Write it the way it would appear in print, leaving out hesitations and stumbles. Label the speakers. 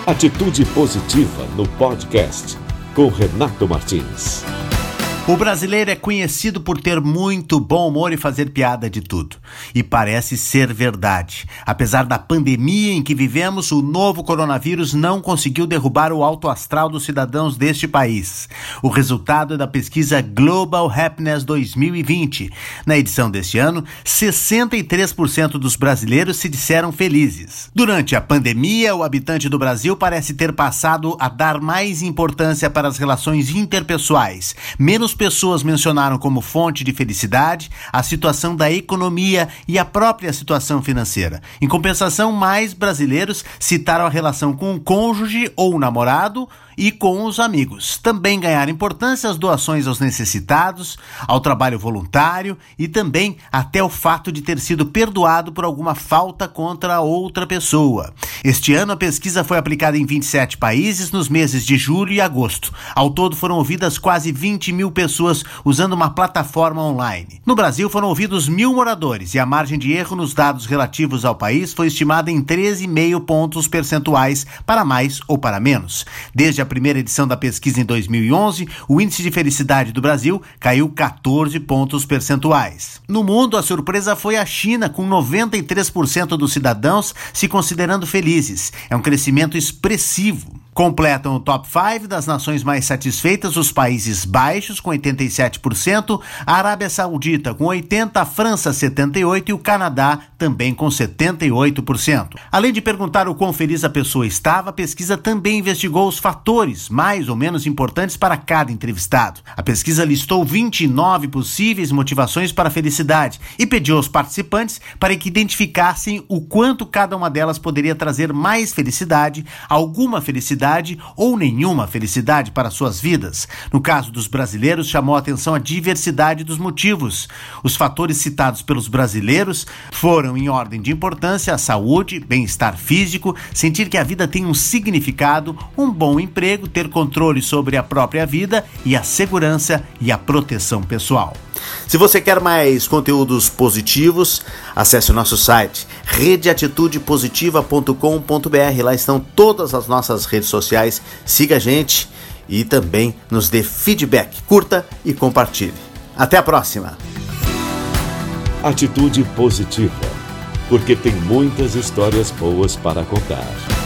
Speaker 1: Atitude Positiva no podcast, com Renato Martins.
Speaker 2: O brasileiro é conhecido por ter muito bom humor e fazer piada de tudo. E parece ser verdade. Apesar da pandemia em que vivemos, o novo coronavírus não conseguiu derrubar o alto astral dos cidadãos deste país. O resultado é da pesquisa Global Happiness 2020. Na edição deste ano, 63% dos brasileiros se disseram felizes. Durante a pandemia, o habitante do Brasil parece ter passado a dar mais importância para as relações interpessoais. Menos pessoas mencionaram como fonte de felicidade a situação da economia e a própria situação financeira. Em compensação, mais brasileiros citaram a relação com o cônjuge ou o namorado e com os amigos. Também ganharam importância as doações aos necessitados, ao trabalho voluntário e também até o fato de ter sido perdoado por alguma falta contra outra pessoa. Este ano a pesquisa foi aplicada em 27 países nos meses de julho e agosto. Ao todo foram ouvidas quase 20 mil pessoas usando uma plataforma online. No Brasil foram ouvidos 1.000 moradores e a margem de erro nos dados relativos ao país foi estimada em 13,5 pontos percentuais para mais ou para menos. Desde a primeira edição da pesquisa em 2011, o índice de felicidade do Brasil caiu 14 pontos percentuais. No mundo, a surpresa foi a China, com 93% dos cidadãos se considerando felizes. É um crescimento expressivo. Completam o top 5 das nações mais satisfeitas os Países Baixos, com 87%, a Arábia Saudita, com 80%, a França, 78% e o Canadá, também com 78%. Além de perguntar o quão feliz a pessoa estava, a pesquisa também investigou os fatores mais ou menos importantes para cada entrevistado. A pesquisa listou 29 possíveis motivações para a felicidade e pediu aos participantes para que identificassem o quanto cada uma delas poderia trazer mais felicidade, alguma felicidade ou nenhuma felicidade para suas vidas. No caso dos brasileiros, chamou a atenção a diversidade dos motivos. Os fatores citados pelos brasileiros foram, em ordem de importância, a saúde, bem-estar físico, sentir que a vida tem um significado, um bom emprego, ter controle sobre a própria vida e a segurança e a proteção pessoal. Se você quer mais conteúdos positivos, acesse o nosso site redeatitudepositiva.com.br. Lá estão todas as nossas redes sociais. Siga a gente e também nos dê feedback. Curta e compartilhe. Até a próxima.
Speaker 1: Atitude Positiva, porque tem muitas histórias boas para contar.